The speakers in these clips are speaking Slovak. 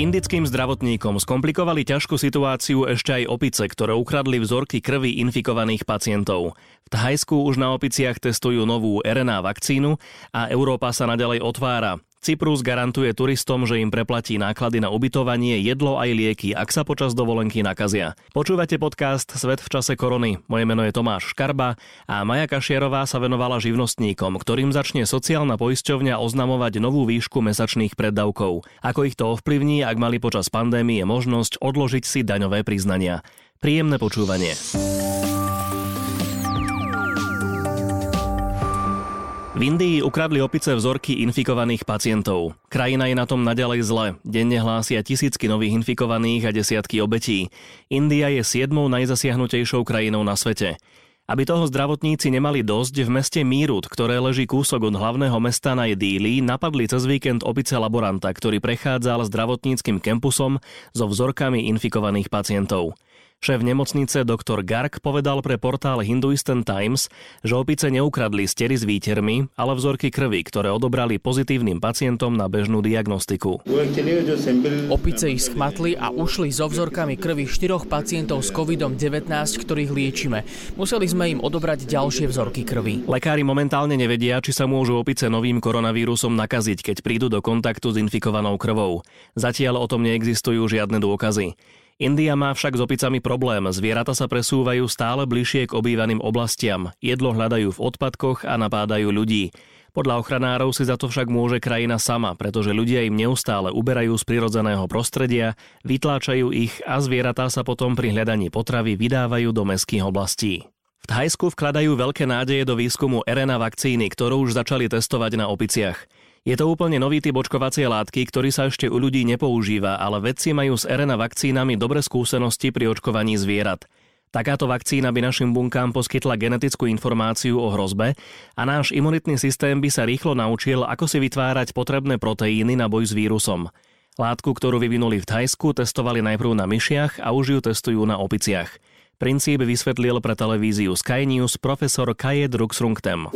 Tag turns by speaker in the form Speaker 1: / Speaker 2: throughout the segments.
Speaker 1: Indickým zdravotníkom skomplikovali ťažkú situáciu ešte aj opice, ktoré ukradli vzorky krvi infikovaných pacientov. V Thajsku už na opiciach testujú novú RNA vakcínu a Európa sa naďalej otvára. Cyprus garantuje turistom, že im preplatí náklady na ubytovanie, jedlo aj lieky, ak sa počas dovolenky nakazia. Počúvate podcast Svet v čase korony. Moje meno je Tomáš Škarba a Maja Kašierová sa venovala živnostníkom, ktorým začne sociálna poisťovňa oznamovať novú výšku mesačných preddavkov. Ako ich to ovplyvní, ak mali počas pandémie možnosť odložiť si daňové priznania. Príjemné počúvanie. V Indii ukradli opice vzorky infikovaných pacientov. Krajina je na tom naďalej zle. Denne hlásia tisícky nových infikovaných a desiatky obetí. India je 7. najzasiahnutejšou krajinou na svete. Aby toho zdravotníci nemali dosť, v meste Mírut, ktoré leží kúsok od hlavného mesta Naj Dili, napadli cez víkend opice laboranta, ktorý prechádzal zdravotníckym kampusom so vzorkami infikovaných pacientov. Šéf nemocnice dr. Garg povedal pre portál Hinduistan Times, že opice neukradli stery s výtermi, ale vzorky krvi, ktoré odobrali pozitívnym pacientom na bežnú diagnostiku.
Speaker 2: Opice ich schmatli a ušli so vzorkami krvi 4 pacientov s COVID-19, ktorých liečime. Museli sme im odobrať ďalšie vzorky krvi.
Speaker 1: Lekári momentálne nevedia, či sa môžu opice novým koronavírusom nakaziť, keď prídu do kontaktu s infikovanou krvou. Zatiaľ o tom neexistujú žiadne dôkazy. India má však s opicami problém. Zvieratá sa presúvajú stále bližšie k obývaným oblastiam. Jedlo hľadajú v odpadkoch a napádajú ľudí. Podľa ochranárov si za to však môže krajina sama, pretože ľudia im neustále uberajú z prirodzeného prostredia, vytláčajú ich a zvieratá sa potom pri hľadaní potravy vydávajú do mestských oblastí. V Thajsku vkladajú veľké nádeje do výskumu RNA vakcíny, ktorú už začali testovať na opiciach. Je to úplne nový typ očkovacie látky, ktorý sa ešte u ľudí nepoužíva, ale vedci majú s RNA vakcínami dobré skúsenosti pri očkovaní zvierat. Takáto vakcína by našim bunkám poskytla genetickú informáciu o hrozbe a náš imunitný systém by sa rýchlo naučil, ako si vytvárať potrebné proteíny na boj s vírusom. Látku, ktorú vyvinuli v Thajsku, testovali najprv na myšiach a už ju testujú na opiciach. Princíp vysvetlil pre televíziu Sky News profesor Kayed Ruxrungtem.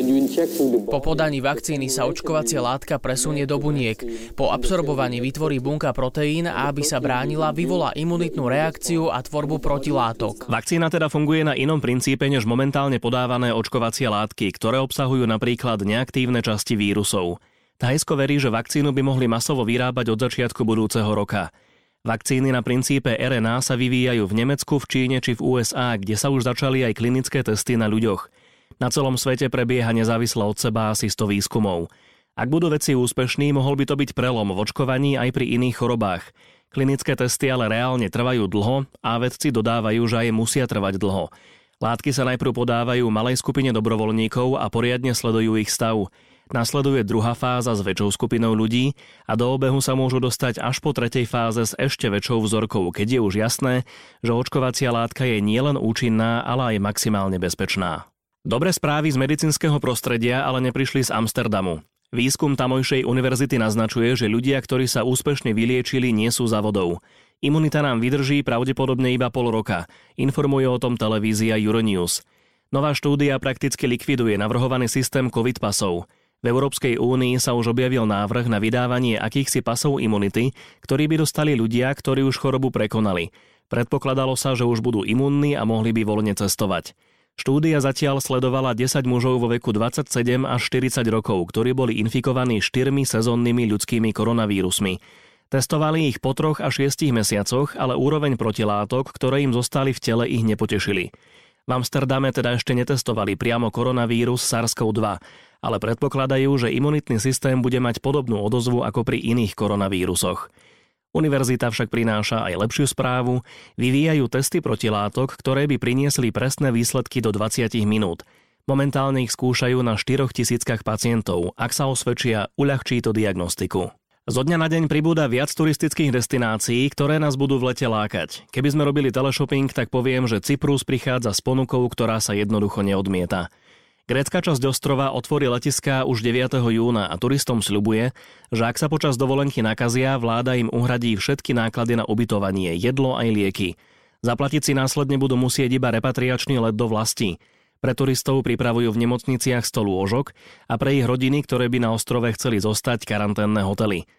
Speaker 2: Po podaní vakcíny sa očkovacia látka presunie do buniek. Po absorbovaní vytvorí bunka proteín a aby sa bránila, vyvolá imunitnú reakciu a tvorbu protilátok.
Speaker 1: Vakcína teda funguje na inom princípe než momentálne podávané očkovacie látky, ktoré obsahujú napríklad neaktívne časti vírusov. Thajsko verí, že vakcínu by mohli masovo vyrábať od začiatku budúceho roka. Vakcíny na princípe RNA sa vyvíjajú v Nemecku, v Číne či v USA, kde sa už začali aj klinické testy na ľuďoch. Na celom svete prebieha nezávisle od seba asi 100 výskumov. Ak budú vedci úspešní, mohol by to byť prelom v očkovaní aj pri iných chorobách. Klinické testy ale reálne trvajú dlho a vedci dodávajú, že aj musia trvať dlho. Látky sa najprv podávajú malej skupine dobrovoľníkov a poriadne sledujú ich stav. Nasleduje druhá fáza s väčšou skupinou ľudí a do obehu sa môžu dostať až po tretej fáze s ešte väčšou vzorkou, keď je už jasné, že očkovacia látka je nielen účinná, ale aj maximálne bezpečná. Dobré správy z medicínskeho prostredia ale neprišli z Amsterdamu. Výskum tamojšej univerzity naznačuje, že ľudia, ktorí sa úspešne vyliečili, nie sú za vodou. Imunita nám vydrží pravdepodobne iba pol roka, informuje o tom televízia Euronews. Nová štúdia prakticky likviduje navrhovaný systém COVID pasov. V Európskej únii sa už objavil návrh na vydávanie akýchsi pasov imunity, ktorý by dostali ľudia, ktorí už chorobu prekonali. Predpokladalo sa, že už budú imunní a mohli by voľne cestovať. Štúdia zatiaľ sledovala 10 mužov vo veku 27 až 40 rokov, ktorí boli infikovaní 4 sezónnymi ľudskými koronavírusmi. Testovali ich po 3 až 6 mesiacoch, ale úroveň protilátok, ktoré im zostali v tele, ich nepotešili. V Amsterdame teda ešte netestovali priamo koronavírus SARS-CoV-2, ale predpokladajú, že imunitný systém bude mať podobnú odozvu ako pri iných koronavírusoch. Univerzita však prináša aj lepšiu správu, vyvíjajú testy protilátok, ktoré by priniesli presné výsledky do 20 minút. Momentálne ich skúšajú na 4 000 pacientov. Ak sa osvedčia, uľahčí to diagnostiku. Zo dňa na deň pribúda viac turistických destinácií, ktoré nás budú v lete lákať. Keby sme robili teleshopping, tak poviem, že Cyprus prichádza s ponukou, ktorá sa jednoducho neodmieta. Grécka časť ostrova otvorí letiská už 9. júna a turistom sľubuje, že ak sa počas dovolenky nakazia, vláda im uhradí všetky náklady na ubytovanie, jedlo aj lieky. Zaplatiť si následne budú musieť iba repatriačný let do vlasti. Pre turistov pripravujú v nemocniciach 100 lôžok a pre ich rodiny, ktoré by na ostrove chceli zostať, karanténne hotely.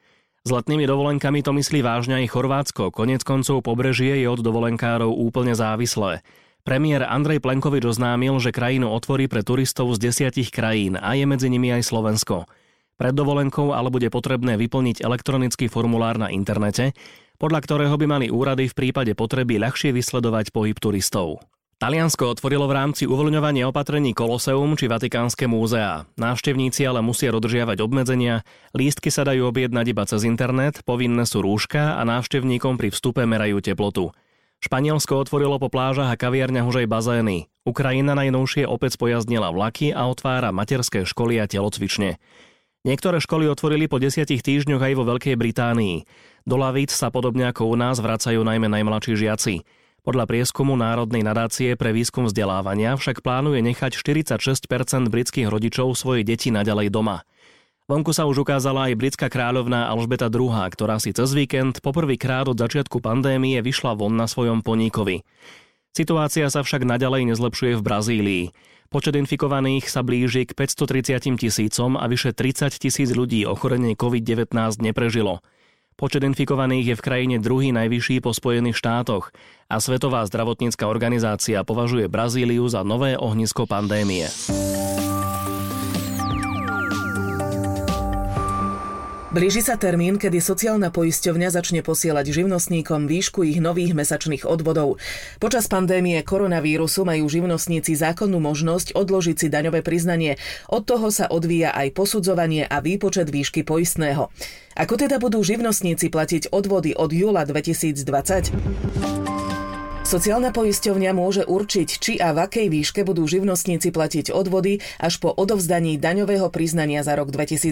Speaker 1: S letnými dovolenkami to myslí vážne aj Chorvátsko, koniec koncov pobrežie je od dovolenkárov úplne závislé. Premiér Andrej Plenkovič oznámil, že krajinu otvorí pre turistov z 10 krajín a je medzi nimi aj Slovensko. Pred dovolenkou ale bude potrebné vyplniť elektronický formulár na internete, podľa ktorého by mali úrady v prípade potreby ľahšie vysledovať pohyb turistov. Taliansko otvorilo v rámci uvoľňovania opatrení Koloseum či Vatikánske múzeá. Návštevníci ale musia dodržiavať obmedzenia, lístky sa dajú objednať iba cez internet, povinné sú rúška a návštevníkom pri vstupe merajú teplotu. Španielsko otvorilo po plážach a kaviarniach už aj bazény. Ukrajina najnovšie opäť spojazdnila vlaky a otvára materské školy a telocvične. Niektoré školy otvorili po 10 týždňoch aj vo Veľkej Británii. Do lavíc sa podobne ako u nás vracajú najmä najmladší žiaci. Podľa prieskumu Národnej nadácie pre výskum vzdelávania však plánuje nechať 46% britských rodičov svoje deti naďalej doma. Vonku sa už ukázala aj britská kráľovná Alžbeta II, ktorá si cez víkend poprvýkrát od začiatku pandémie vyšla von na svojom poníkovi. Situácia sa však naďalej nezlepšuje v Brazílii. Počet infikovaných sa blíži k 530 000 a vyše 30 000 ľudí ochorenie COVID-19 neprežilo. Počet infikovaných je v krajine druhý najvyšší po Spojených štátoch a Svetová zdravotnícka organizácia považuje Brazíliu za nové ohnisko pandémie.
Speaker 3: Blíži sa termín, kedy sociálna poisťovňa začne posielať živnostníkom výšku ich nových mesačných odvodov. Počas pandémie koronavírusu majú živnostníci zákonnú možnosť odložiť si daňové priznanie. Od toho sa odvíja aj posudzovanie a výpočet výšky poistného. Ako teda budú živnostníci platiť odvody od júla 2020? Sociálna poisťovňa môže určiť, či a v akej výške budú živnostníci platiť odvody až po odovzdaní daňového priznania za rok 2019.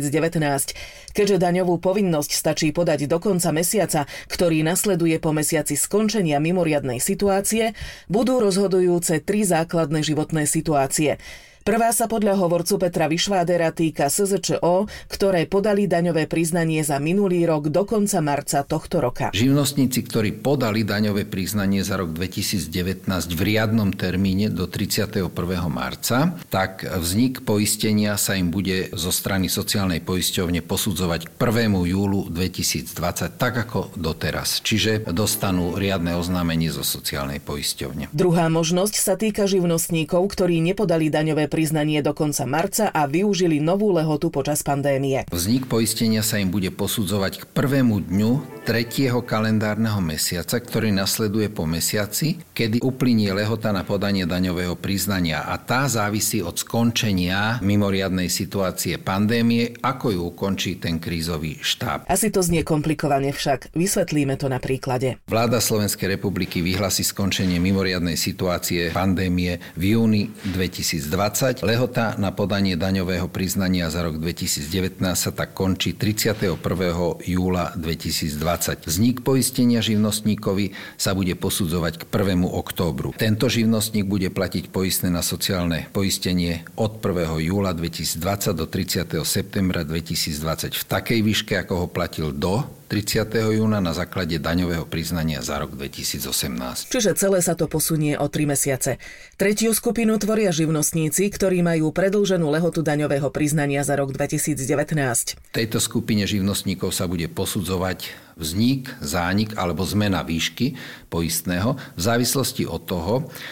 Speaker 3: Keďže daňovú povinnosť stačí podať do konca mesiaca, ktorý nasleduje po mesiaci skončenia mimoriadnej situácie, budú rozhodujúce 3 základné životné situácie. Prvá sa podľa hovorcu Petra Vyšvádera týka SZČO, ktoré podali daňové priznanie za minulý rok do konca marca tohto roka.
Speaker 4: Živnostníci, ktorí podali daňové priznanie za rok 2019 v riadnom termíne do 31. marca, tak vznik poistenia sa im bude zo strany sociálnej poisťovne posudzovať k 1. júlu 2020, tak ako doteraz. Čiže dostanú riadne oznámenie zo sociálnej poisťovne.
Speaker 3: Druhá možnosť sa týka živnostníkov, ktorí nepodali daňové priznanie do konca marca a využili novú lehotu počas pandémie.
Speaker 4: Vznik poistenia sa im bude posudzovať k 1. dňu 3. kalendárneho mesiaca, ktorý nasleduje po mesiaci, kedy uplynie lehota na podanie daňového priznania a tá závisí od skončenia mimoriadnej situácie pandémie, ako ju ukončí ten krízový štáb.
Speaker 3: Asi to znie komplikovane však. Vysvetlíme to na príklade.
Speaker 4: Vláda Slovenskej republiky vyhlási skončenie mimoriadnej situácie pandémie v júni 2020. Lehota na podanie daňového priznania za rok 2019 sa tak končí 31. júla 2020. Vznik poistenia živnostníkovi sa bude posudzovať k 1. októbru. Tento živnostník bude platiť poistné na sociálne poistenie od 1. júla 2020 do 30. septembra 2020 v takej výške, ako ho platil do 30. júna na základe daňového priznania za rok 2018.
Speaker 3: Čiže celé sa to posunie o 3 mesiace. Tretiu skupinu tvoria živnostníci, ktorí majú predĺženú lehotu daňového priznania za rok 2019.
Speaker 4: V tejto skupine živnostníkov sa bude posudzovať vznik, zánik alebo zmena výšky poistného v závislosti od toho,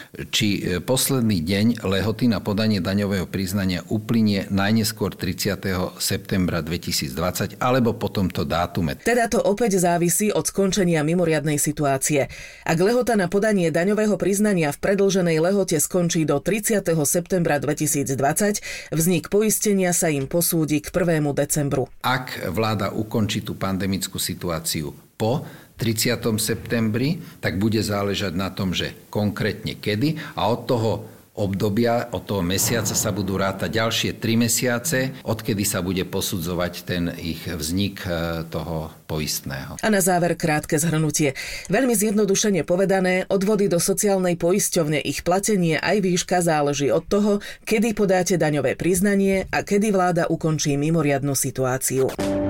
Speaker 4: či posledný deň lehoty na podanie daňového priznania uplynie najneskôr 30. septembra 2020 alebo po tomto dátume.
Speaker 3: Teda to opäť závisí od skončenia mimoriadnej situácie. Ak lehota na podanie daňového priznania v predĺženej lehote skončí do 30. septembra 2020, vznik poistenia sa im posúdi k 1. decembru.
Speaker 4: Ak vláda ukončí tú pandemickú situáciu po 30. septembri, tak bude záležať na tom, že konkrétne kedy a od toho obdobia, od toho mesiaca sa budú rátať ďalšie 3 mesiace, odkedy sa bude posudzovať ten ich vznik toho poistného.
Speaker 3: A na záver krátke zhrnutie. Veľmi zjednodušene povedané, odvody do sociálnej poisťovne, ich platenie aj výška záleží od toho, kedy podáte daňové priznanie a kedy vláda ukončí mimoriadnu situáciu.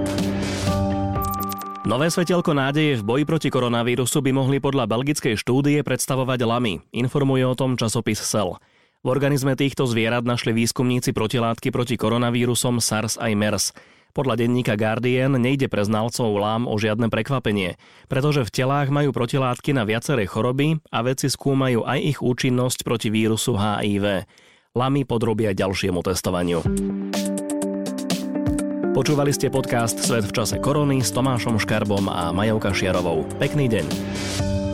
Speaker 1: Nové svetielko nádeje v boji proti koronavírusu by mohli podľa belgickej štúdie predstavovať lamy, informuje o tom časopis Cell. V organizme týchto zvierat našli výskumníci protilátky proti koronavírusom SARS aj MERS. Podľa denníka Guardian nejde pre znalcov LAM o žiadne prekvapenie, pretože v telách majú protilátky na viaceré choroby a vedci skúmajú aj ich účinnosť proti vírusu HIV. LAMy podrobia ďalšiemu testovaniu. Počúvali ste podcast Svet v čase korony s Tomášom Škarbom a Majou Kašiarovou. Pekný deň.